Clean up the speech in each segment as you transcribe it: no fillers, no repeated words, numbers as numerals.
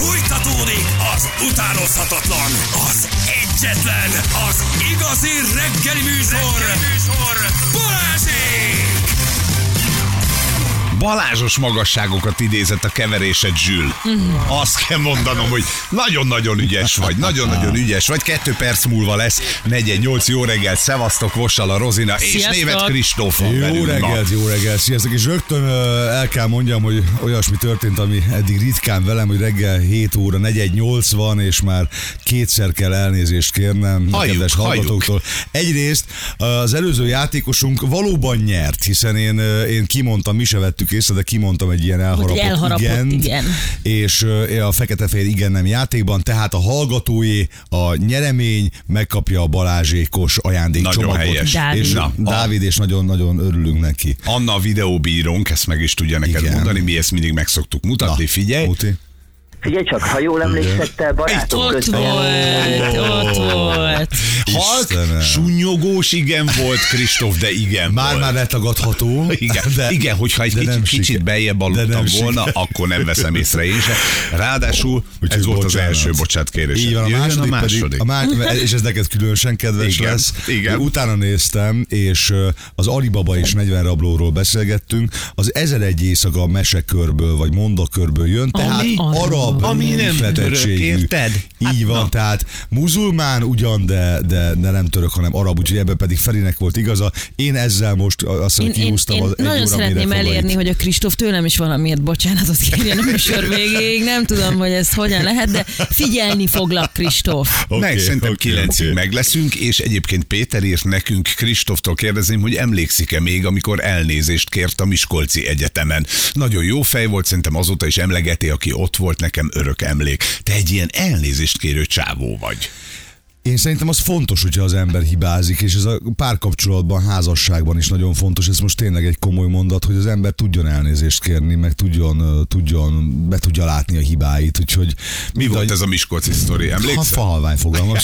Fújtatódik az utánozhatatlan, az egyetlen, az igazi reggeli műsor, Balázsék! Balázsos magasságokat idézett a keverésed, Zsül. Azt kell mondanom, hogy nagyon-nagyon ügyes vagy, nagyon-nagyon ügyes vagy. 2 perc múlva lesz 418. Jó reggelt, szevasztok, Vossal a Rozina, és Sziasztok. Németh Kristóf van Jó velünk. reggelt, jó reggelt, sziasztok, és rögtön el kell mondjam, hogy olyasmi történt, ami eddig ritkán velem, hogy reggel 7 óra 418 van, és már 2-szer kell elnézést kérnem a kedves hallgatóktól. Egyrészt az előző játékosunk valóban nyert, hiszen én kimondtam, mi se vettük észre, de kimondtam egy ilyen elharapott igen. És a fekete-fehér igen nem játékban, tehát a hallgatói a nyeremény megkapja a Balázsékos ajándékcsomagot. Nagyon helyes. Dávid. Dávid, és nagyon-nagyon örülünk neki. Anna a videóbírónk, ezt meg is tudja neked mondani, mi ezt mindig meg szoktuk mutatni, figyelj. Muti. Figyelj csak, ha jól emlékszettel, barátok Ott közben... volt. Halk, sunnyogós igen volt, Kristóf, de igen Már volt. letagadható. Igen, hogyha egy kicsit beljebb aludtam volna, akkor nem veszem észre én se. Ráadásul Úgyhogy ez volt bocsánat. az első bocsántkérés. Így van, a második pedig, és ez neked különösen kedves Igen, lesz. igen. Utána néztem, és az Alibaba és 40 rablóról beszélgettünk. Az 1001 éjszaka mesekörből, vagy mondakörből jön, tehát arab ami nem török, érted? Így van, tehát muzulmán ugyan, de nem török, hanem arab, úgyhogy ebben pedig Ferinek volt igaza. Én ezzel most azt hiszem, kihúztam az Én nagyon szeretném elérni, hogy a Kristóf tőlem is valamiért bocsánatot kérjen a műsor végéig. Nem tudom, hogy ez hogyan lehet, de figyelni foglak, Kristóf. Meg szerintem 9-ig meg leszünk, és egyébként Péter írt nekünk, Kristóftól kérdezném, hogy emlékszik-e még, amikor elnézést kért a Miskolci Egyetemen. Nagyon jó fej volt, szerintem azóta is emlegeti, aki ott volt, nekem örök emlék. Te egy ilyen elnézést kérő csávó vagy. Én szerintem az fontos, hogyha az ember hibázik, és ez a párkapcsolatban, házasságban is nagyon fontos. Ez most tényleg egy komoly mondat, hogy az ember tudjon elnézést kérni, meg be tudja látni a hibáit. Úgyhogy Mi volt ez a Miskolci sztori? Emlékszel? Fahalvány fogalmas.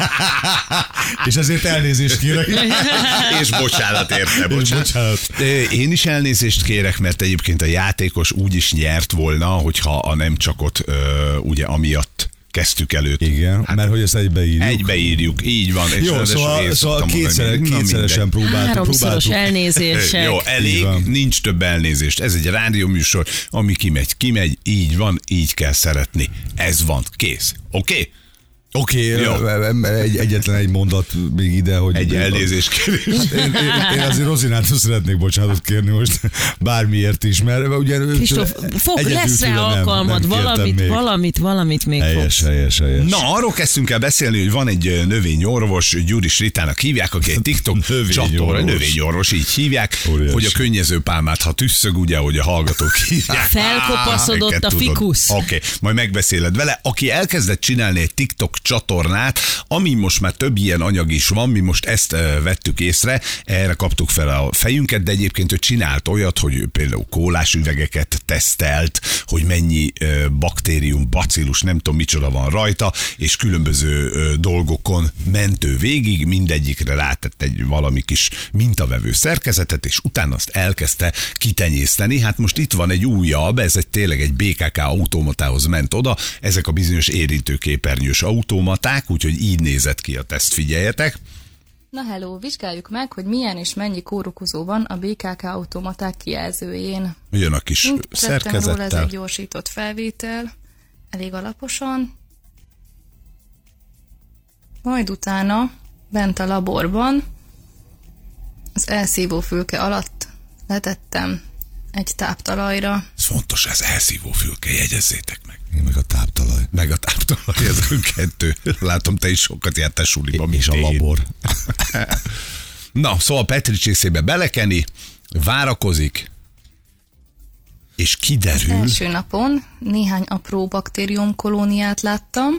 És ezért elnézést kérek. És bocsánat érte, bocsánat. Én is elnézést kérek, mert egyébként a játékos úgy is nyert volna, hogyha nem csak ott ugye amiatt kezdtük előtt. Igen, hát, mert hogy ezt egybeírjuk. Egybeírjuk, így van. És jó, szóval kétszeresen próbáltuk. 3-szoros elnézéssek. Jó, elég, nincs több elnézést. Ez egy rádióműsor, ami kimegy, így van, így kell szeretni. Ez van, kész. Oké? Oké, egyetlen egy mondat még ide, hogy... Egy elnézést kérés. Én azért Rozinától szeretnék bocsánatot kérni most bármiért is, mert ugye... Kristóf, lesz rá alkalmad, valamit még fogsz. Helyes. Na, arról kezdtünk el beszélni, hogy van egy növényorvos, Gyuris Ritának hívják, aki egy TikTok csatorna, növényorvos, így hívják, óriási. Hogy a könnyező pálmát, ha tüsszög, ugye, hogy a hallgatók hívják. Felkopaszodott a fikusz. Oké, majd megbeszéled vele. Aki elkezdett csinálni egy TikTok csatornát, ami most már több ilyen anyag is van, mi most ezt vettük észre, erre kaptuk fel a fejünket, de egyébként ő csinált olyat, hogy például kólás üvegeket tesztelt, hogy mennyi baktérium, bacillus, nem tudom micsoda van rajta, és különböző dolgokon mentő végig, mindegyikre rátett egy valami kis mintavevő szerkezetet, és utána azt elkezdte kitenyészteni. Hát most itt van egy újabb, ez tényleg egy BKK automatához ment oda, ezek a bizonyos érintőképernyős automaták, úgyhogy így nézett ki a teszt, figyeljetek. Na hello, vizsgáljuk meg, hogy milyen és mennyi kórokozó van a BKK automaták kijelzőjén. Jön a kis szerkezettel. Ez egy gyorsított felvétel, elég alaposan. Majd utána, bent a laborban, az elszívó fülke alatt letettem egy táptalajra. Ez fontos, ez elszívó fülke, jegyezzétek meg. Meg a táptalaj. Meg a táptalaj, ez kettő. Látom, te is sokat jártál suliba, És a labor. Na, szóval Petri csészébe belekeni, várakozik, és kiderül... Az első napon néhány apró baktérium kolóniát láttam.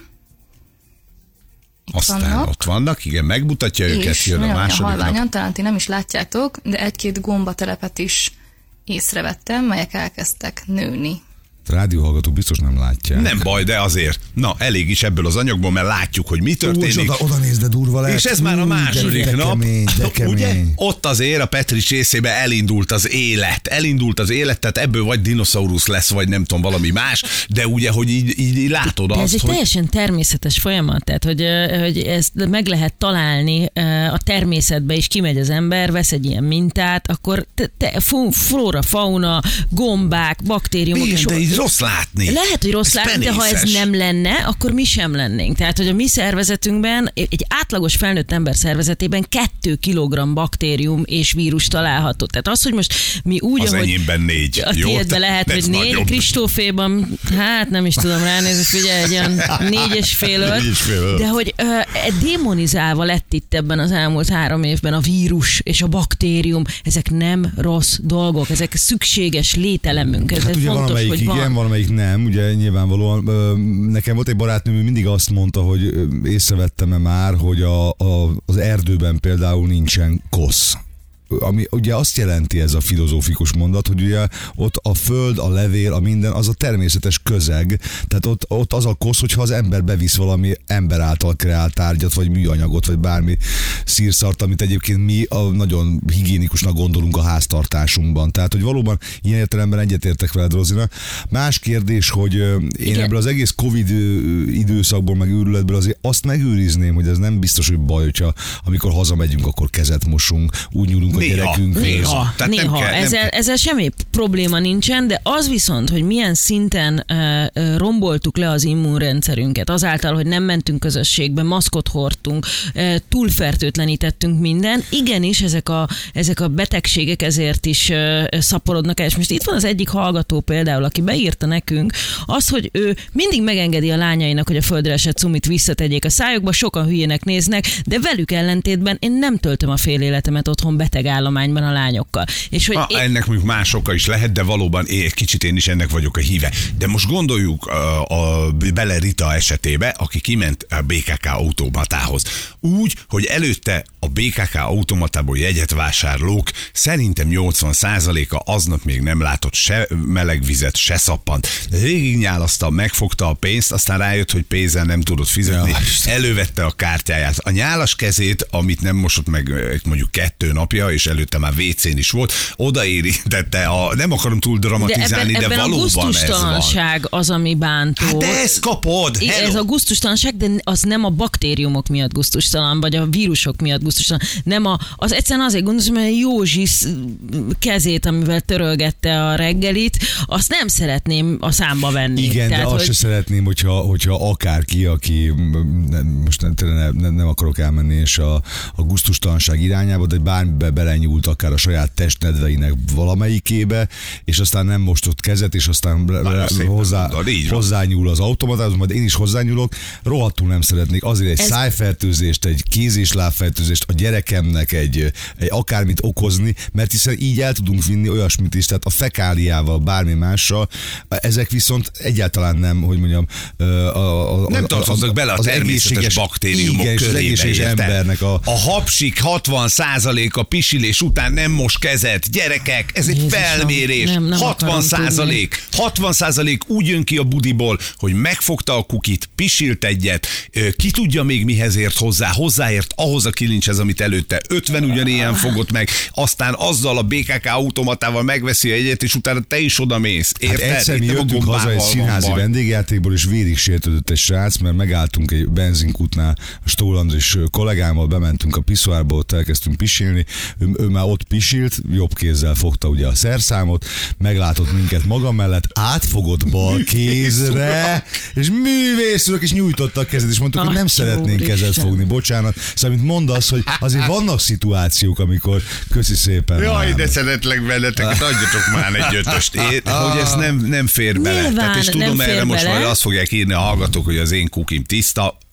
Aztán ott vannak, igen, megmutatja őket, jön a második halványan, nap. talán ti nem is látjátok, de egy-két gombatelepet is észrevettem, melyek elkezdtek nőni. A rádióhallgatók biztos nem látják. Nem baj, de azért. Na, elég is ebből az anyagból, mert látjuk, hogy mi történik. Oda nézd, de durva lehet. És ez már a második nap. De kemény. Ugye? Ott azért a Petri csészébe elindult az élet, tehát ebből vagy dinoszaurusz lesz, vagy nem tudom, valami más, de ugye, hogy így látod azt, ez egy teljesen természetes folyamat, tehát hogy ezt meg lehet találni a természetbe, és kimegy az ember, vesz egy ilyen mintát, akkor flóra, fauna, gombák, baktériumok. Igen, de így rossz látni. Lehet, hogy rossz látni, de ha ez nem lenne, akkor mi sem lennénk. Tehát, hogy a mi szervezetünkben, egy átlagos felnőtt ember szervezetében 2 kilogramm baktérium és vírus található. Tehát az, hogy most mi úgy, az enyémben 4. A tiédben lehet, hogy 4, Kristóféban, hát nem is tudom ránézni, figyelj, egy olyan 4,5. De hogy démonizálva lett itt ebben az elmúlt 3 évben a vírus és a baktérium, ezek nem rossz dolgok, ezek szükséges lételemünk. Ez hát ugye fontos, valamelyik hogy igen, valamelyik nem, ugye nyilvánvalóan. Nekem volt egy barátnőm, mindig azt mondta, hogy észrevettem-e már, hogy az erdőben például nincsen kosz. Ami ugye azt jelenti ez a filozófikus mondat, hogy ugye ott a föld, a levél, a minden, az a természetes közeg, tehát ott az a kosz, hogyha az ember bevisz valami ember által kreált tárgyat, vagy műanyagot, vagy bármi szírszart, amit egyébként mi nagyon higiénikusnak gondolunk a háztartásunkban. Tehát, hogy valóban ilyen értelemben egyetértek veled, Rozina. Más kérdés, hogy én ebből az egész Covid időszakból, meg őrületből azért azt megőrizném, hogy ez nem biztos, hogy baj, hogyha amikor hazamegyünk, akkor kezet mosunk, úgy nyúlunk a gyerekünk. Néha. Ezzel semmi probléma nincsen, de az viszont, hogy milyen szinten romboltuk le az immunrendszerünket, azáltal, hogy nem mentünk közösségbe, maszkot hordtunk, túlfertőtlenítettünk minden, igenis ezek a betegségek ezért is szaporodnak el. És most itt van az egyik hallgató például, aki beírta nekünk az, hogy ő mindig megengedi a lányainak, hogy a földre esett cumit visszategyék a szájukba, sokan hülyének néznek, de velük ellentétben én nem töltöm a fél életemet otthon betegállományban a lányokkal. És hogy ennek mondjuk más oka is lehet, de valóban kicsit én is ennek vagyok a híve. De most gondoljuk bele Rita esetébe, aki kiment a BKK automatához. Úgy, hogy előtte a BKK automatából jegyet vásárlók szerintem 80%-a aznap még nem látott se meleg vizet, se szappant. Végignyálaszta, megfogta a pénzt, aztán rájött, hogy pénzzel nem tudott fizetni, elővette a kártyáját. A nyálas kezét, amit nem mosott meg mondjuk 2 napja, és előtte már WC-n is volt, odaérintette nem akarom túl dramatizálni, de valóban ez van. Ebben a gusztustalanság az, ami bántó. Hát de ezt kapod! Ez a gusztustalanság, de az nem a baktériumok miatt gusztustalan, vagy a vírusok miatt gusztustalan. Nem az egyszerűen azért gondolom, hogy a Józsis kezét, amivel törölgette a reggelit, azt nem szeretném a számba venni. Igen, tehát, de azt se szeretném, hogyha akárki, aki most nem akarok elmenni, és a gusztustalanság irányába, de bármibe belenyúlt akár a saját testnedveinek valamelyikébe, és aztán nem mostott kezet, és aztán hozzányúl az automatához, majd én is hozzányúlok, rohadtul nem szeretnék azért egy szájfertőzést, egy kéz- és lábfertőzést a gyerekemnek egy akármit okozni, mert hiszen így el tudunk vinni olyasmit is, tehát a fekáliával, bármi mással, ezek viszont egyáltalán nem, hogy mondjam, nem tartoznak bele a természetes baktériumok körébe. Embernek a hapsik 60%-a pisilés után nem mos kezet. Gyerekek, ez egy felmérés. Nem 60% úgy jön ki a budiból, hogy megfogta a kukit, pisilt egyet, ki tudja még mihez ért hozzáért ahhoz a kilincshez, amit előtte 50 ugyanilyen fogott meg, aztán azzal a BKK automatával megveszi egyet, és utána te is odamész. Érted? Hát egyszer mi jöttünk haza egy színházi vendégjátékból, és vérig sértődött egy srác, mert megálltunk egy benzinkútnál a Stól Andris kollégámmal, bementünk a piszoárba, ott elkezdtünk pisilni, ő már ott pisilt, jobb kézzel fogta ugye a szerszámot, meglátott minket maga mellett, átfogott bal kézre, és művészülök, és nyújtotta a kezet, és mondtuk, hogy nem szeretnénk kezet fogni, bocsánat. Szóval, mint mondasz, hogy azért vannak szituációk, amikor köszi szépen. Jaj, de szeretlek benneteket, adjatok már egy 5-öst, hogy ez nem fér bele. Tehát, és tudom, erre most majd azt fogják írni a hallgatók, hogy az én kukim tiszta,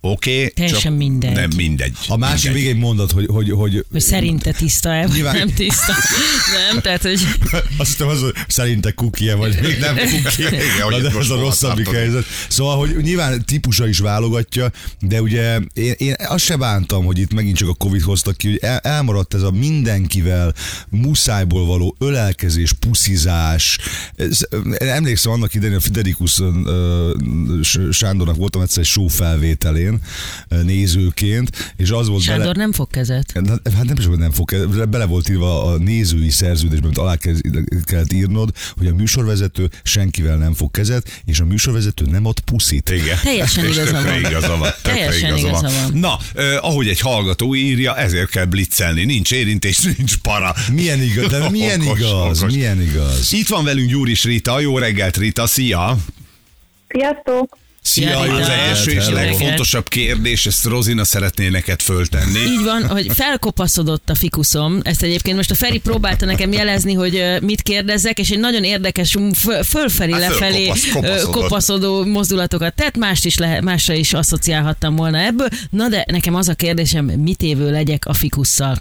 Oké, teljesen mindegy. Nem mindegy. A másik még egy mondat, hogy szerinte tiszta-e, vagy nem tiszta. Nem, tehát, hogy... Azt hiszem, hogy szerinte cookie-e, vagy még nem cookie. De ez a rosszabbik helyzet. Szóval, hogy nyilván típusa is válogatja, de ugye én azt se bántam, hogy itt megint csak a Covid hoztak ki, hogy elmaradt ez a mindenkivel muszájból való ölelkezés, puszizás. Emlékszem annak idején, a Friderikus Sándornak voltam egyszer egy show felvételén nézőként, és az volt Sándor nem fog kezet. Hát nem is, hogy nem fog kezet, bele volt írva a nézői szerződésben, amit alá kellett írnod, hogy a műsorvezető senkivel nem fog kezet, és a műsorvezető nem ad puszit. Igen. Teljesen igaza van. Teljesen igaza van. Na, ahogy egy hallgató írja, ezért kell blitzelni. Nincs érintés, nincs para. Milyen igaz, de milyen igaz, milyen igaz. Itt van velünk Gyuris Rita. Jó reggelt, Rita, szia! Sziasztok! Szia, az első és legfontosabb kérdés, ezt Rozina szeretné neked föltenni. Így van, hogy felkopaszodott a fikuszom. Ezt egyébként most a Feri próbálta nekem jelezni, hogy mit kérdezzek, és egy nagyon érdekes fölfelé-lefelé kopaszodó mozdulatokat tett, másra is asszociálhattam volna ebből. Na de nekem az a kérdésem, mit évő legyek a fikusszal?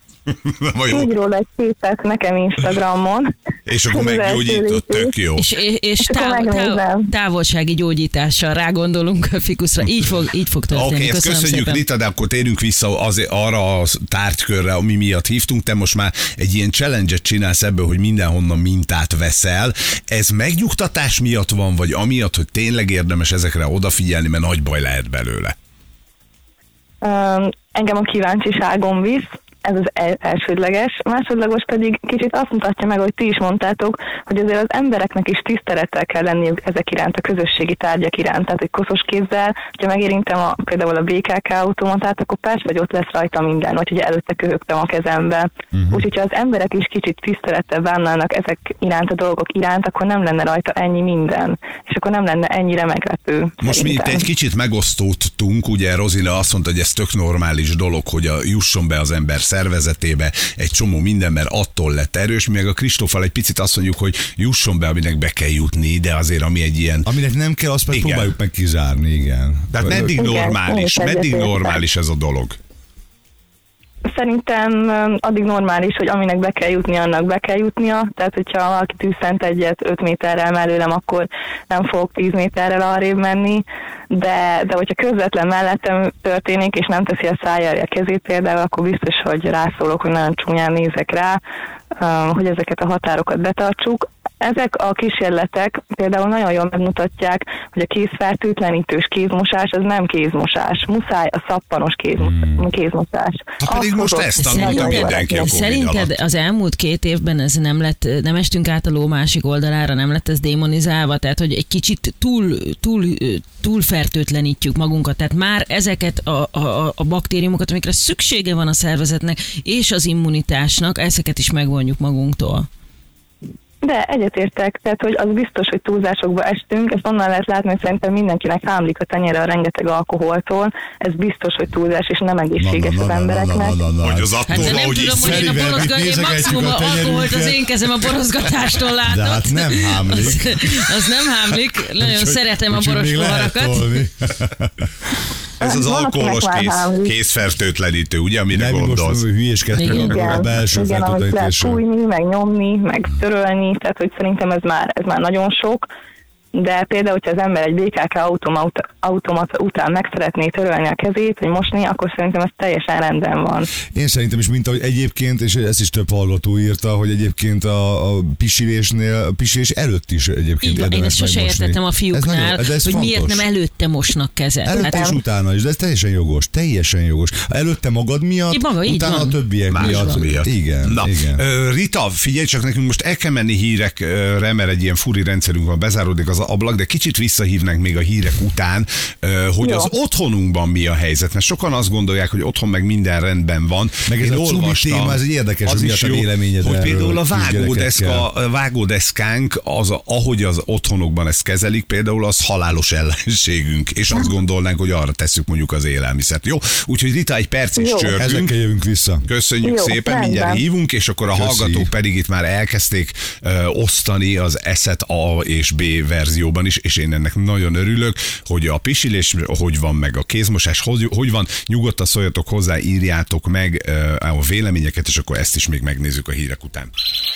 Úgy róla egy képet nekem Instagramon. És akkor meggyógyított, tök jó. És távolsági gyógyítással rágondolunk a fikuszra. Így fog történni. Oké, ezt köszönjük, szépen. Rita, de akkor térjünk vissza arra a tárgykörre, ami miatt hívtunk. Te most már egy ilyen challenge-et csinálsz ebből, hogy mindenhonnan mintát veszel. Ez megnyugtatás miatt van, vagy amiatt, hogy tényleg érdemes ezekre odafigyelni, mert nagy baj lehet belőle? Engem a kíváncsiságom visz. Ez az elsődleges. Másodlagos pedig kicsit azt mutatja meg, hogy ti is mondtátok, hogy azért az embereknek is tisztelettel kell lenniük ezek iránt, a közösségi tárgyak iránt. Tehát, hogy koszos kézzel, ha megérintem például a BKK automatát, akkor persze, hogy ott lesz rajta minden, vagy ugye előtte köhögtem a kezembe. Úgyhogy ha az emberek is kicsit tisztelettel bánnának ezek iránt, a dolgok iránt, akkor nem lenne rajta ennyi minden, és akkor nem lenne ennyire meglepő. Most mi itt egy kicsit megosztódtunk, ugye Rozina azt mondta, hogy ez tök normális dolog, hogy jusson be az ember szervezetébe egy csomó minden, mert attól lett erős, mi meg a Kristóffal egy picit azt mondjuk, hogy jusson be, aminek be kell jutni, de azért, ami egy ilyen... Aminek nem kell, azt meg próbáljuk meg kizárni, igen. Tehát meddig normális ez a dolog? Szerintem addig normális, hogy aminek be kell jutni, annak be kell jutnia. Tehát, hogyha valaki tűzszent egyet 5 méterrel mellőlem, akkor nem fogok 10 méterrel arrébb menni. De hogyha közvetlen mellettem történik, és nem teszi a szájára a kezét például, akkor biztos, hogy rászólok, hogy nagyon csúnyán nézek rá, hogy ezeket a határokat betartsuk. Ezek a kísérletek például nagyon jól megmutatják, hogy a kézfertőtlenítős kézmosás az nem kézmosás. Muszáj a szappanos kézmosás. Ha pedig most ezt tanulta mindenki a Covid Szerinted alatt. az elmúlt 2 évben ez nem estünk át a ló másik oldalára, nem lett ez démonizálva, tehát hogy egy kicsit túl fertőtlenítjük magunkat, tehát már ezeket a baktériumokat, amikre szüksége van a szervezetnek és az immunitásnak, ezeket is megvonjuk magunktól. De egyetértek, tehát hogy az biztos, hogy túlzásokba estünk, ezt onnan lehet látni, hogy szerintem mindenkinek hámlik a tenyere a rengeteg alkoholtól, ez biztos, hogy túlzás és nem egészséges az embereknek. Hogy az attól, hát hogy tudom, hogy én maximum alkoholt az én kezem a borozgatástól látom. De hát nem hámlik. Az nem hámlik, nagyon szeretem a boros poharakat. Ez az alkoholos kézfertőtlenítő, ugye, amire gondolsz? Most hülyéskedtek a belső fertőtlenítésről. Igen, amit lehet fújni, meg nyomni, meg törölni, tehát hogy szerintem ez már nagyon sok. De például, hogyha az ember egy BKK automata után meg szeretné törölni a kezét, vagy mosni, akkor szerintem ez teljesen rendben van. Én szerintem is, mint ahogy egyébként, és ezt is több hallgató írta, hogy egyébként a pisilés előtt is egyébként érdemes. Én ezt sose értettem a fiúknál, hogy fontos. Miért nem előtte mosnak kezet. Előtte és utána is, de ez teljesen jogos, teljesen jogos. Előtte magad miatt, utána a többiek miatt. Igen. Na, igen. Rita, figyelj csak, nekünk most el kell menni hírekre, mert egy ilyen furi rendszerünk van, bezáródik az ablak, de kicsit visszahívnánk még a hírek után, hogy az otthonunkban mi a helyzet, mert sokan azt gondolják, hogy otthon meg minden rendben van. Meg ez a cubi téma, ez egy érdekes, hogy mi a véleményed hogy például a vágódeszkánk, ahogy az otthonokban ezt kezelik, például az halálos ellenségünk, és azt gondolnánk, hogy arra tesszük mondjuk az élelmiszert. Jó? Úgyhogy Rita, egy perc is csörgünk. Ezekkel jövünk vissza. Köszönjük szépen, mindjárt hívunk, és akkor a hallgatók pedig itt már elkezdték osztani az eszet A és B verziót verzióban is, és én ennek nagyon örülök, hogy a pisilés hogy van, meg a kézmosás hogy van, nyugodtan szóljatok hozzá, írjátok meg a véleményeket, és akkor ezt is még megnézzük a hírek után.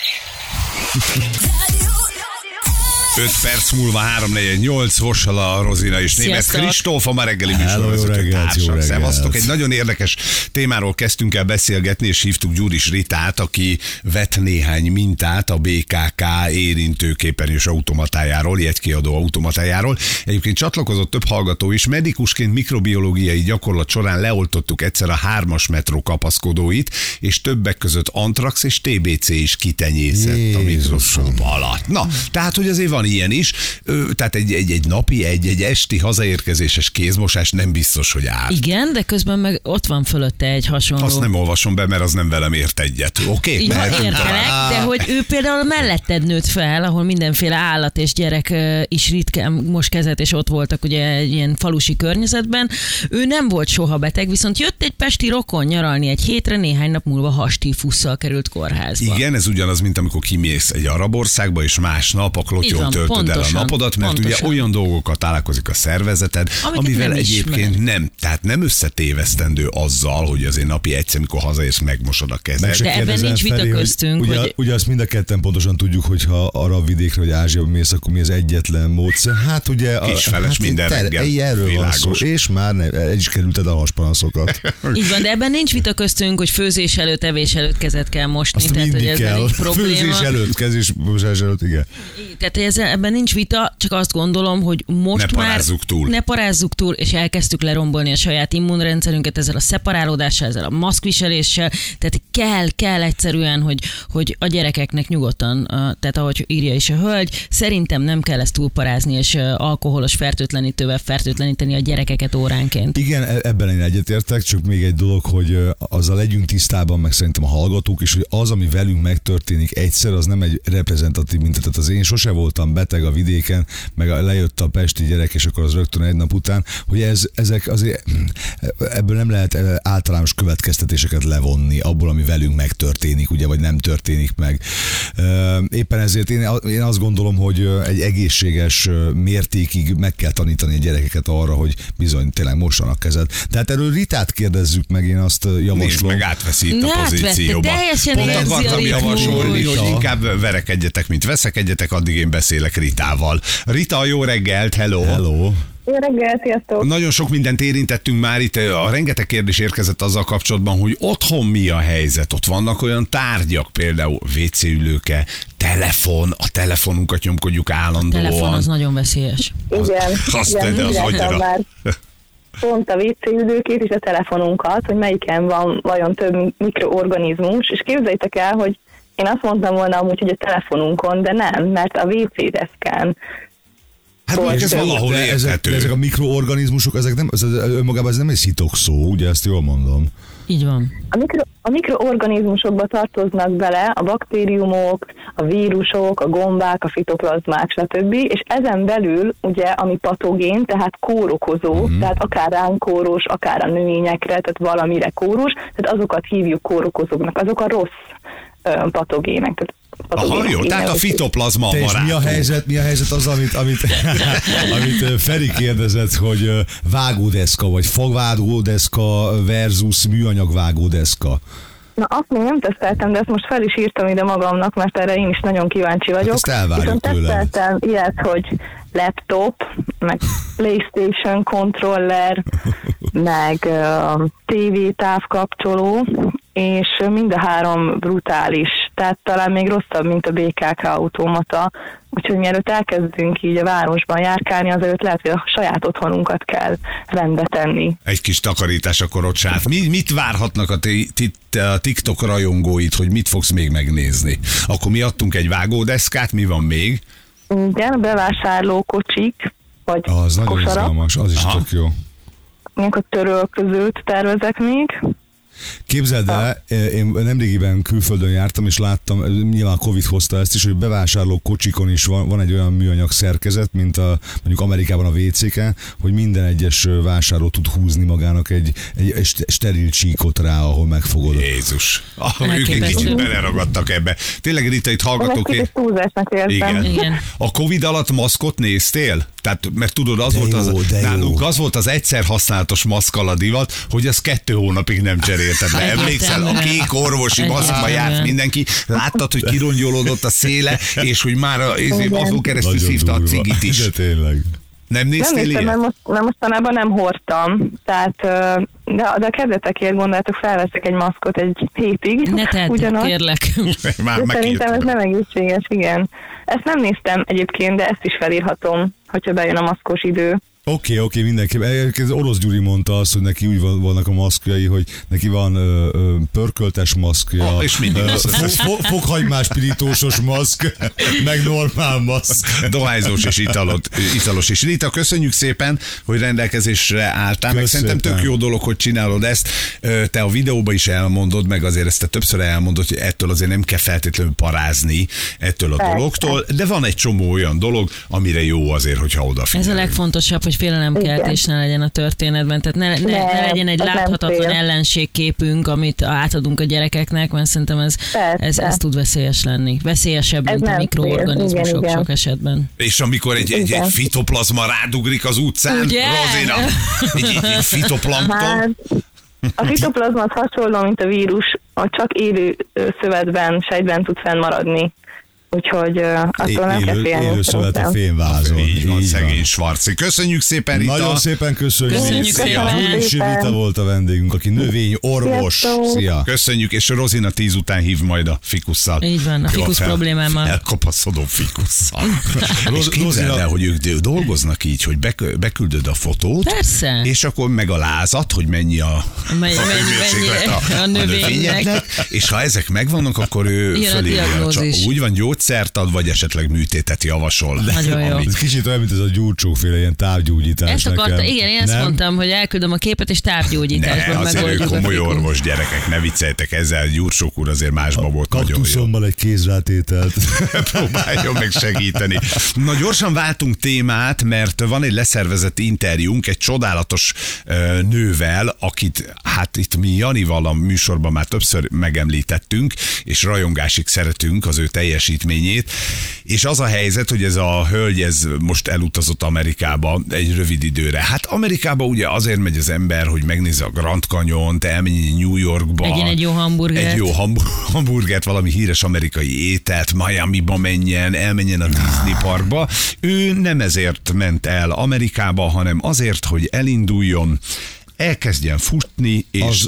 5 perc múlva 3-4-8, Vossala, Rozina és Németh Kristóf, a ma reggeli műsorvezető társak. Szevasztok, egy nagyon érdekes témáról kezdtünk el beszélgetni, és hívtuk Gyuris Ritát, aki vett néhány mintát a BKK érintőképernyős automatájáról, jegykiadó automatájáról. Egyébként csatlakozott több hallgató is, medikusként mikrobiológiai gyakorlat során leoltottuk egyszer a 3-as metró kapaszkodóit, és többek között antrax és TBC is kitenyészett a mikroszkóp alatt. Na, tehát, hogy azért van ilyen is, tehát egy napi, egy esti hazaérkezéses kézmosás nem biztos, hogy árt. Igen, de közben meg ott van fölötte egy hasonló. Azt nem olvasom be, mert az nem velem ért egyet. Oké? Értelek, de hogy ő például melletted nőtt fel, ahol mindenféle állat és gyerek is ritkán most kezet, és ott voltak ugye egy ilyen falusi környezetben. Ő nem volt soha beteg, viszont jött egy pesti rokon nyaralni egy hétre, néhány nap múlva hastífusszal került kórházba. Igen, ez ugyanaz, mint amikor kimész egy arab országba, és másnap a klotyon töltöd el a napodat, mert ugye olyan dolgokkal találkozik a szervezeted, amivel egyébként nem, tehát nem összetévesztendő azzal, hogy azért napi egyszer, mikor hazaérsz, megmosod a kezed. De ebben nincs vita köztünk. Ugye azt mind a ketten pontosan tudjuk, hogy ha arab vidékre vagy Ázsiába mész, akkor mi az egyetlen módszer? Hát ugye... Kisfeles minden reggel. Erről van szó, és már el is kerülted a haspanaszokat. Így van, de ebben nincs vita köztünk, hogy főzés előtt, evés előtt kezet kell mosni. Azt tehát, hogy ez kell. nincs probléma. Főzés előtt, kezésmosás előtt, igen. Tehát ebben nincs vita, csak azt gondolom, hogy most ne parázzuk túl, és elkezdtük lerombolni a saját immunrendszerünket ezzel a szeparálódással, ezzel a maszkviseléssel, tehát kell egyszerűen, hogy a gyerekeknek nyugodtan, tehát ahogy írja is a hölgy, szerintem nem kell ezt túlparázni, és alkoholos fertőtlenítővel fertőtleníteni a gyerekeket óránként. Igen, ebben én egyetértek, csak még egy dolog, hogy azzal legyünk tisztában, meg szerintem a hallgatók is, hogy az, ami velünk megtörténik egyszer, az nem egy reprezentatív minta. Tehát az én sose voltam beteg a vidéken, meg lejött a pesti gyerek, és akkor az rögtön egy nap után, hogy ezek azért, ebből nem lehet általános következtetéseket levonni abból, ami velünk megtörténik, ugye, vagy nem történik meg. Éppen ezért én azt gondolom, hogy egy egészséges mértékig meg kell tanítani a gyerekeket arra, hogy bizony tényleg mossanak kezet. Tehát erről Ritát kérdezzük meg, én azt javaslom. Nézd meg, átveszi itt a pozícióba. Pont akartam javasolni, hogy inkább verekedjetek, mint veszekedjetek, addig én beszélek Ritával. Rita, jó reggelt, hello! Hello! Jó reggelt, sziasztok! Nagyon sok mindent érintettünk már itt, a rengeteg kérdés érkezett azzal kapcsolatban, hogy otthon mi a helyzet. Ott vannak olyan tárgyak, például WC-ülőke, telefon, a telefonunkat nyomkodjuk állandóan. A telefon az nagyon veszélyes. Igen, az annyira. Már pont a WC-ülőkét és a telefonunkat, hogy melyiken van vajon több mikroorganizmus, és képzeljétek el, hogy én azt mondtam volna amúgy, hogy a telefonunkon, de nem, mert a WC-deszkán. Hát mondjuk ez valahol érthető. Ezek a mikroorganizmusok, ezek nem, önmagában ez nem egy szitok szó, ugye ezt jól mondom. Így van. A mikroorganizmusokba tartoznak bele a baktériumok, a vírusok, a gombák, a fitoplazmák, stb. És ezen belül ugye, ami patogén, tehát kórokozó, tehát akár ránk kóros, akár a növényekre, tehát valamire kóros, tehát azokat hívjuk kórokozóknak, azok a rossz patogének. Aha, jó, tehát a fitoplazma a barátunk. Mi a helyzet az, amit Feri kérdezett, hogy vágódeszka, vagy fogvágódeszka versus műanyag vágódeszka? Na, azt még nem teszteltem, de ezt most fel is írtam ide magamnak, mert erre én is nagyon kíváncsi vagyok. Hát ezt elvárjuk tőlem. Teszteltem ilyet, hogy laptop, meg PlayStation controller, meg TV távkapcsoló, és mind a három brutális, tehát talán még rosszabb, mint a BKK automata. Úgyhogy mielőtt elkezdünk így a városban járkálni, azért lehet, hogy a saját otthonunkat kell rendbe tenni. Egy kis takarítás akkor ott sát. Mit várhatnak a TikTok rajongóit, hogy mit fogsz még megnézni? Akkor mi adtunk egy vágódeszkát, mi van még? Igen, bevásárlókocsik, vagy az nagyon izgalmas, az is tök jó. Ilyenkor törölközőt tervezek még. Képzeld el, én nemrégiben külföldön jártam, és láttam, nyilván Covid hozta ezt is, hogy bevásárló kocsikon is van egy olyan műanyag szerkezet, mint mondjuk Amerikában a WC-ken, hogy minden egyes vásárló tud húzni magának egy steril csíkot rá, ahol megfogod. Jézus. Ők egy kicsit beleragadtak ebbe. Tényleg, Rita, itt hallgatok. Igen. A Covid alatt maszkot néztél? Tehát, mert tudod, nálunk az volt az egyszer használatos maszkkal a divat, hogy az 2 hónapig nem cserélted le. Emlékszel, a kék orvosi maszkba járt mindenki, láttad, hogy kirongyolódott a széle, és hogy már azon keresztül szívta a cigit is. De tényleg. Nem néztél ilyet? Nem, mostanában nem hordtam, tehát, de a kezdetekért gondoltok, felveszek egy maszkot egy hétig. Ne tedd, kérlek. Szerintem ez nem egészséges, igen. Ezt nem néztem egyébként, de ezt is felírhatom, hogyha bejön a maszkos idő. Oké, mindenki. Orosz Gyuri mondta azt, hogy neki úgy vannak a maszkjai, hogy neki van pörköltes maszkja, és mindig fokhagymás pirítósos maszk, meg normál maszk. Dohányzós és italos is. Rita, köszönjük szépen, hogy rendelkezésre álltál, meg szerintem tök jó dolog, hogy csinálod ezt. Te a videóban is elmondod, meg azért ezt te többször elmondod, hogy ettől azért nem kell feltétlenül parázni ettől a dologtól, de van egy csomó olyan dolog, amire jó azért, hogyha odafigyelünk. Ez a legfontosabb, hogy félelemkeltés ne legyen a történetben, tehát ne legyen egy láthatatlan ellenségképünk, amit átadunk a gyerekeknek, mert szerintem ez tud veszélyes lenni. Veszélyesebb, mint a mikroorganizmusok sok esetben. És amikor egy fitoplazma rádugrik az utcán, ugye? Rozina, egy fitoplankton. A fitoplazma az hasonló, mint a vírus, csak élő szövetben, sejtben tud fennmaradni. Úgyhogy attól nem kell félni. Élő szövet a fényvázon. Így van, szegény Svarci. Köszönjük szépen, Rita. Nagyon szépen köszönjük. Gyuricsi Rita volt a vendégünk, aki növényorvos. Szia. Köszönjük, és Rozina 10 után hív majd a fikusszal. Így van, a fikusz problémámmal. Elkopaszodó fikusszal. És képzeld el, hogy ők dolgoznak így, hogy beküldöd a fotót, persze. És akkor meg a lázat, hogy mennyi a növényeknek, és ha ezek megvannak, akkor ő fölírja. Úgy van, gyógyszert ad, vagy esetleg műtétet javasol. Nagyon jó. Ez kicsit olyan, mint ez a gyurcsóféle ilyen távgyógyítás. Ezt akarta, igen, én ezt mondtam, hogy elküldöm a képet, és távgyógyításban megoldjuk. Azért komoly orvos gyerekek, ne vicceljetek ezzel, Gyurcsók úr azért másba volt nagyon jó. Kaktuszommal egy kézrátételt. Próbáljon meg segíteni. Na gyorsan váltunk témát, mert van egy leszervezett interjúnk egy csodálatos nővel, akit hát itt mi Janival a műsorban már többször megemlítettünk, és rajongásig szeretünk az ő teljesítményét. És az a helyzet, hogy ez a hölgy most elutazott Amerikába egy rövid időre. Hát Amerikába ugye azért megy az ember, hogy megnézze a Grand Canyont, elmenjen New Yorkba. Egyen egy jó hamburgert. Egy jó hamburgert, valami híres amerikai ételt, Miamiba menjen, elmenjen a Disney parkba. Ő nem ezért ment el Amerikába, hanem azért, hogy elinduljon, elkezdjen futni, és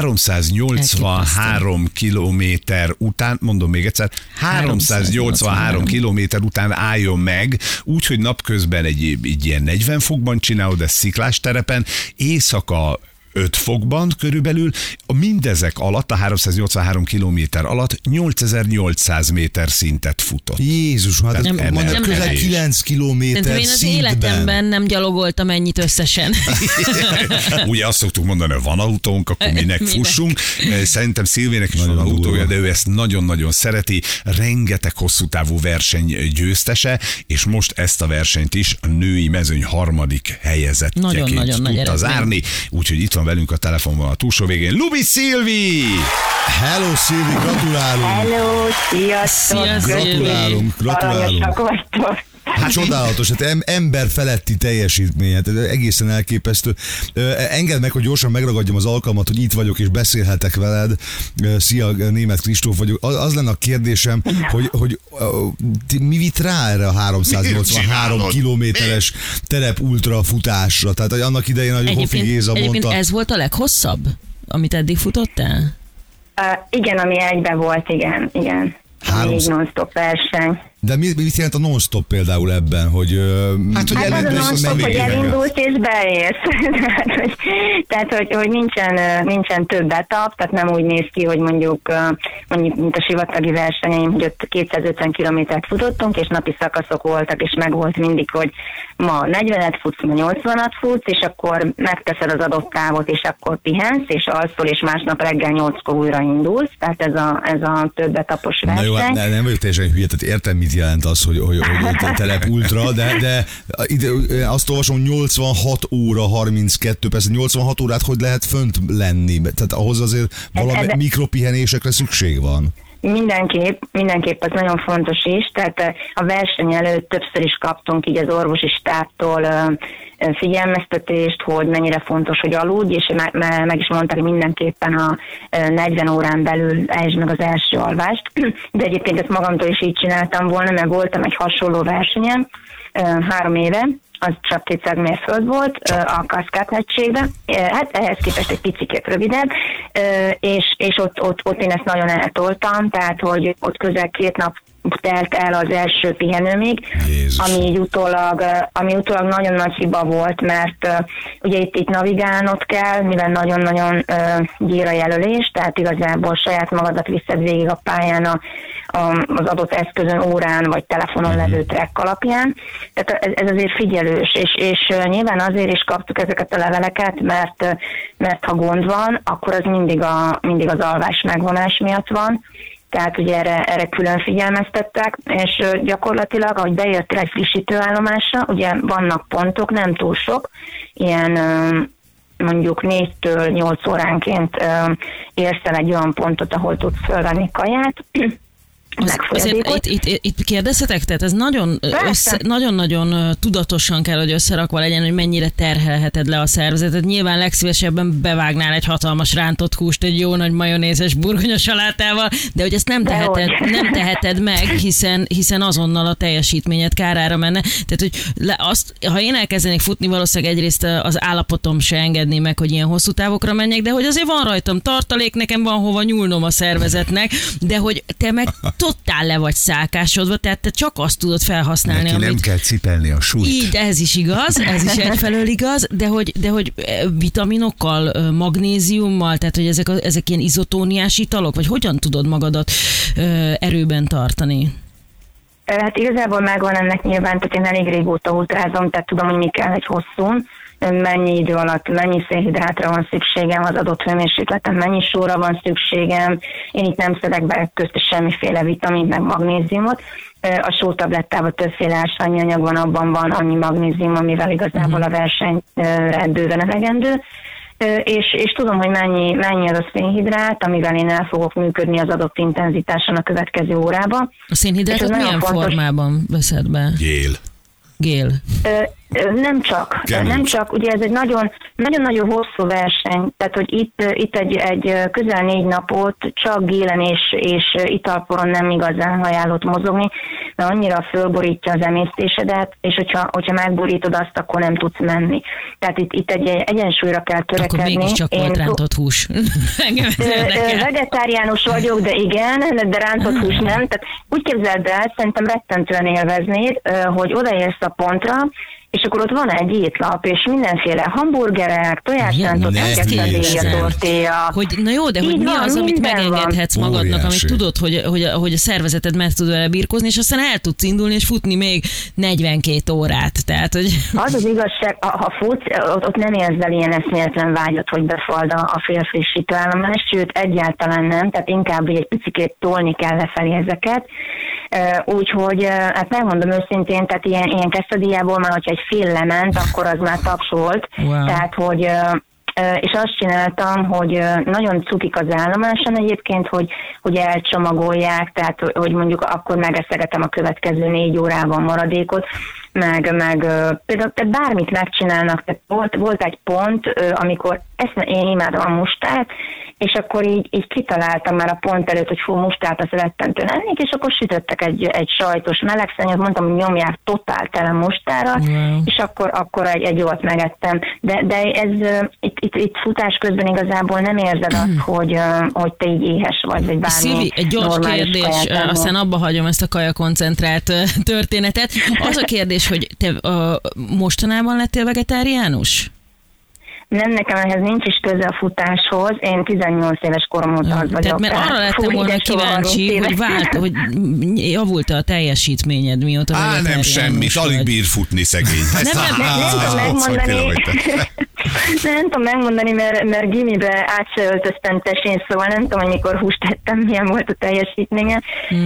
383 kilométer után, mondom még egyszer, 383 kilométer után álljon meg, úgyhogy napközben egy ilyen 40 fokban csinálod, ez sziklás terepen, éjszaka 5 fokban körülbelül, mindezek alatt, a 383 kilométer alatt 8800 méter szintet futott. Jézus, hát nem közel 9 kilométer én az életemben nem gyalogoltam ennyit összesen. Ugye azt szoktuk mondani, hogy van autónk, akkor minek fussunk. Szerintem Szilvének is van autója, de ő ezt nagyon-nagyon szereti. Rengeteg hosszú távú verseny győztese, és most ezt a versenyt is a női mezőny harmadik helyezettjeként tudta zárni. Úgyhogy itt van velünk a telefonban a túlsó végén Lubi Szilvi! Hello Szilvi, gratulálunk! Hello, sziasztok! Gratulálunk! Hát csodálatos, hát ember feletti teljesítmény, hát egészen elképesztő. Engedd meg, hogy gyorsan megragadjam az alkalmat, hogy itt vagyok és beszélhetek veled. Szia, Németh Kristóf vagyok. Az lenne a kérdésem, hogy mi vitt rá erre a 383 kilométeres terep ultra futásra? Tehát annak idején, hogy Hofi Géza mondta. Egyébként ez volt a leghosszabb, amit eddig futottál? Igen, ami egybe volt, igen. 4 non-stop verseny. De mit jelent a non-stop például ebben, hogy... Hát az a non-stop, hogy elindulsz és beérsz. tehát, hogy nincsen több etap, tehát nem úgy néz ki, hogy mondjuk mint a sivatagi versenyeim, hogy ott 250 kilométert futottunk, és napi szakaszok voltak, és meg volt mindig, hogy ma 40-et futsz, ma 80-at futsz, és akkor megteszed az adott távot, és akkor pihensz, és alszol, és másnap reggel 8-kor újra indulsz, tehát ez a több etapos verseny. Na jó, hát nem vagyok teljesen hülye, tehát értem, mit jelent az, hogy telep ultra, de azt olvasom, 86 óra 32, persze 86 órát hogy lehet fönt lenni? Tehát ahhoz azért valami mikropihenésekre szükség van. Mindenképp az nagyon fontos is, tehát a verseny előtt többször is kaptunk így az orvosi stábtól figyelmeztetést, hogy mennyire fontos, hogy aludj, és meg is mondták, hogy mindenképpen a 40 órán belül ejtsd meg az első alvást, de egyébként ezt magamtól is így csináltam volna, mert voltam egy hasonló versenyen 3 éve, az csak 200 mérföld volt a Kaszkád-hegységben, hát ehhez képest egy picikét rövidebb, és ott én ezt nagyon eltoltam, tehát hogy ott közel 2 nap telt el az első pihenőmig, ami utólag nagyon nagy hiba volt, mert ugye itt navigálnod kell, mivel nagyon-nagyon gyír a jelölés, tehát igazából saját magadat viszed végig a pályán az adott eszközön, órán vagy telefonon levő track alapján. Tehát ez azért figyelős, és nyilván azért is kaptuk ezeket a leveleket, mert ha gond van, akkor az mindig az alvás megvonás miatt van. Tehát ugye erre külön figyelmeztettek, és gyakorlatilag, ahogy beértél egy frissítőállomásra, ugye vannak pontok, nem túl sok, ilyen mondjuk 4-től 8 óránként érsz el egy olyan pontot, ahol tudsz fölvenni kaját, Itt kérdezhetek, tehát ez nagyon-nagyon tudatosan kell, hogy összerakva legyen, hogy mennyire terhelheted le a szervezetet. Nyilván legszívesebben bevágnál egy hatalmas rántott húst egy jó nagy majonézes burgonyasalátával, de hogy ezt nem teheted meg, hiszen azonnal a teljesítményed kárára menne. Tehát, hogy ha én elkezdenék futni, valószínűleg egyrészt az állapotom se engedné meg, hogy ilyen hosszú távokra menjek, de hogy azért van rajtam tartalék, nekem van hova nyúlnom a szervezetnek, de hogy te meg totál le vagy szálkásodva, tehát te csak azt tudod felhasználni, neki nem kell cipelni a súlyt. Így, ez is igaz, ez is egyfelől igaz, de hogy vitaminokkal, magnéziummal, tehát hogy ezek ilyen izotóniás italok, vagy hogyan tudod magadat erőben tartani? Hát igazából megvan ennek nyilván, tehát én elég régóta ultrázom, tehát tudom, hogy mi kell egy hosszún, mennyi idő alatt, mennyi szénhidrátra van szükségem az adott hőmérsékleten, mennyi sóra van szükségem, én itt nem szedek be közt semmiféle vitamint, meg magnéziumot. A sótablettában többféle ásványi anyag van, abban van annyi magnézium, amivel igazából a versenyre bőven elegendő. És tudom, hogy mennyi az a szénhidrát, amivel én el fogok működni az adott intenzitáson a következő órában. A szénhidrátot milyen formában veszed be? Gél. Nem csak, ugye ez egy nagyon-nagyon hosszú verseny, tehát hogy itt egy közel 4 napot csak gélen és italporon nem igazán ajánlott mozogni, mert annyira fölborítja az emésztésedet, és hogyha megborítod azt, akkor nem tudsz menni. Tehát itt egy egyensúlyra kell törekedni. Akkor mégiscsak volt rántott hús. Vegetáriánus vagyok, de igen, de rántott hús nem. Tehát úgy képzeld el, szerintem rettentően élveznéd, hogy odaérsz a pontra, és akkor ott van egy étlap, és mindenféle hamburgerek, tojásrántott, quesadilla, tortilla. Na jó, de hogy mi az, amit megengedhetsz magadnak, amit tudod, hogy a szervezeted meg tud vele birkózni, és aztán el tudsz indulni, és futni még 42 órát. Tehát, hogy... Az igazság, ha futsz, ott nem érzel ilyen eszméletlen vágyat, hogy befald a félfrissítő állomás, sőt, egyáltalán nem, tehát inkább egy picikét tolni kell lefelé ezeket. Úgyhogy, hát megmondom őszintén, tehát ilyen quesadillából már, hogyha egy fél lement, akkor az már taps volt. Wow. Tehát, hogy és azt csináltam, hogy nagyon cukik az állomáson egyébként, hogy elcsomagolják, tehát hogy mondjuk akkor megeszegetem a következő 4 órában maradékot. például bármit megcsinálnak. Tehát volt egy pont, amikor én imádom a mustát, és akkor így kitaláltam már a pont előtt, hogy mustát azt rettentő lennék, és akkor sütöttek egy sajtos melegszennyet, mondtam, hogy nyomják totál tele mustára, és akkor egy jót megettem. De ez itt futás közben igazából nem érzed azt, hogy te így éhes vagy bármi. Szilvi, egy gyors kérdés, aztán abba hagyom ezt a kajakoncentrált történetet. Az a kérdés, hogy te mostanában lettél vegetáriánus? Nem, nekem ehhez nincs is köze a futáshoz. Én 18 éves korom óta az vagyok. Tehát mert arra lettem volna kíváncsi, hogy javult-e a teljesítményed, mióta vegetáriánus nem semmit, alig bír futni szegény. Nem tudom megmondani, mert gimibe át se öltöztem tesén, szóval nem tudom, hogy mikor húst tettem, milyen volt a teljesítménye,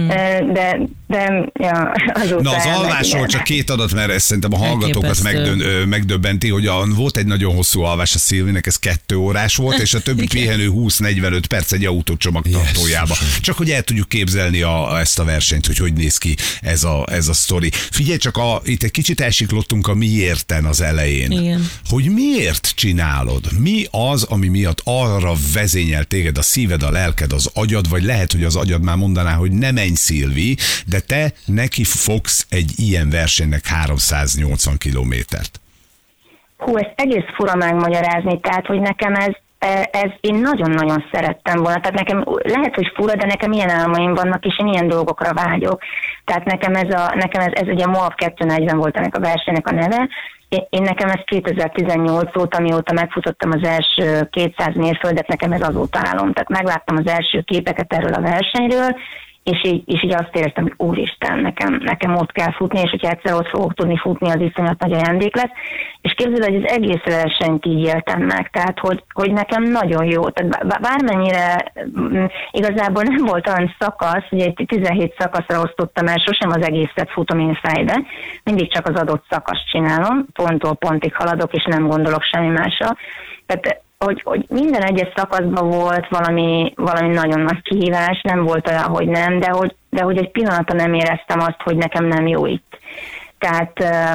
de azóta... Na az alvásról csak 2 adat, mert ezt szerintem a hallgatókat megdöbbenti, hogy volt egy nagyon hosszú alvás a Szilvinek, ez 2 órás volt, és a többi pihenő 20-45 perc egy autócsomag tartójába. Csak hogy el tudjuk képzelni ezt a versenyt, hogy néz ki ez a sztori. Figyelj csak, itt egy kicsit elsiklottunk a miérten az elején. Igen. Hogy miért csinálod? Mi az, ami miatt arra vezényel téged a szíved, a lelked, az agyad, vagy lehet, hogy az agyad már mondaná, hogy ne menj, Szilvi, de te neki fogsz egy ilyen versenynek 380 kilométert. Ezt egész fura megmagyarázni, tehát, hogy nekem ez én nagyon-nagyon szerettem volna. Tehát nekem lehet, hogy fura, de nekem ilyen álmaim vannak, és én ilyen dolgokra vágyok. Tehát nekem ez ugye MOAV 240 volt ennek a versenynek a neve. Nekem ez 2018 óta, mióta megfutottam az első 200 mérföldet, nekem ez azóta álom. Tehát megláttam az első képeket erről a versenyről, és így azt éreztem, hogy úristen, nekem ott kell futni, és hogyha egyszer ott fogok tudni futni, az iszonyat nagy ajándék lesz. És képzeld, hogy az egész versenyt így éltem meg, tehát hogy nekem nagyon jó. Tehát bármennyire igazából nem volt olyan szakasz, ugye 17 szakaszra osztottam el, sosem az egészet futom én fejbe, mindig csak az adott szakaszt csinálom, ponttól pontig haladok, és nem gondolok semmi másra. Tehát hogy minden egyes szakaszban volt valami nagyon nagy kihívás, nem volt olyan, hogy nem, de hogy egy pillanatra nem éreztem azt, hogy nekem nem jó itt. Tehát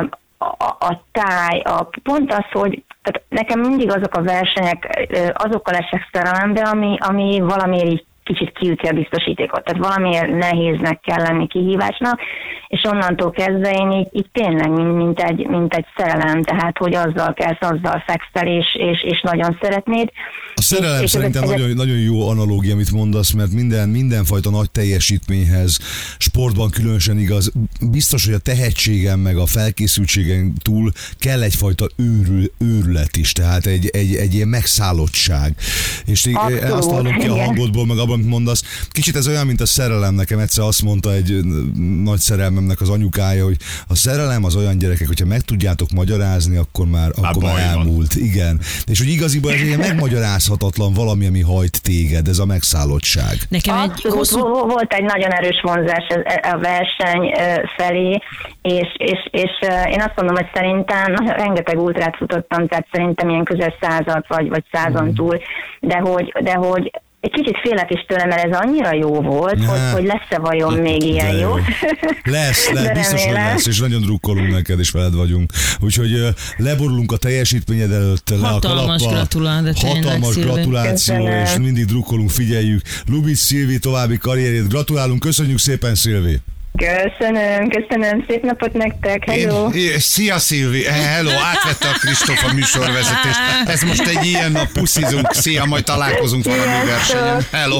a táj, pont az, hogy tehát nekem mindig azok a versenyek, azokkal esek szerelembe, ami valamiért így kicsit kiüti a biztosítékot. Tehát valamiért nehéznek kell lenni, kihívásnak, és onnantól kezdve én így tényleg mint egy szerelem, tehát hogy azzal kezd, azzal fekszel, és nagyon szeretnéd. A szerelem szerintem nagyon jó analógia, amit mondasz, mert mindenfajta nagy teljesítményhez, sportban különösen igaz, biztos, hogy a tehetségem meg a felkészültségen túl kell egyfajta őrület is, tehát egy ilyen megszállottság. És azt hallom ki a hangodból, meg abban, amit mondasz. Kicsit ez olyan, mint a szerelem. Nekem egyszer azt mondta egy nagy szerelmemnek az anyukája, hogy a szerelem az olyan, gyerekek, hogyha meg tudjátok magyarázni, akkor már elmúlt. Igen. És hogy igaziból ez egy megmagyarázhatatlan valami, ami hajt téged, ez a megszállottság. Nekem volt egy nagyon erős vonzás a verseny felé, és én azt mondom, hogy szerintem rengeteg ultrát futottam, tehát szerintem ilyen közel 100-at vagy 100-on túl, de hogy egy kicsit félek is tőle, mert ez annyira jó volt, hogy lesz-e vajon még ilyen jó. Lesz, biztos, hogy lesz, és nagyon drukkolunk neked, és veled vagyunk. Úgyhogy leborulunk a teljesítményed előtt, le a kalappal. Hatalmas gratuláció, és mindig drukkolunk, figyeljük. Lubicz Szilvi további karrierjét gratulálunk, köszönjük szépen, Szilvi! Köszönöm, szép napot nektek, hello! Szia, Szilvi, hello, átvette a Kristóf a műsorvezetést. Ez most egy ilyen nap, puszizunk, szia, majd találkozunk valami versenyen. Hello!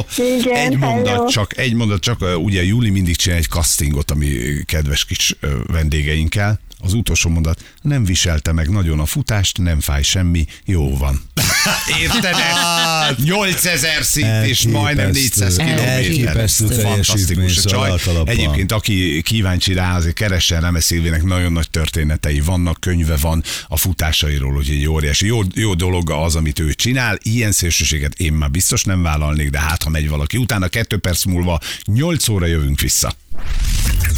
Igen, egy mondat csak, ugye Júli mindig csinál egy castingot, ami kedves kis vendégeinkkel. Az utolsó mondat, nem viselte meg nagyon a futást, nem fáj semmi, jó van. Érted? 8000 szint és majdnem 400 kilométer. Fantasztikus a csaj. Egyébként, aki kíváncsi rá, azért keressen Remes Szilvének, nagyon nagy történetei vannak, könyve van a futásairól, hogy egy óriási. Jó dolog az, amit ő csinál. Ilyen szélsőséget én már biztos nem vállalnék, de hát ha megy valaki. Utána 2 perc múlva 8 óra jövünk vissza.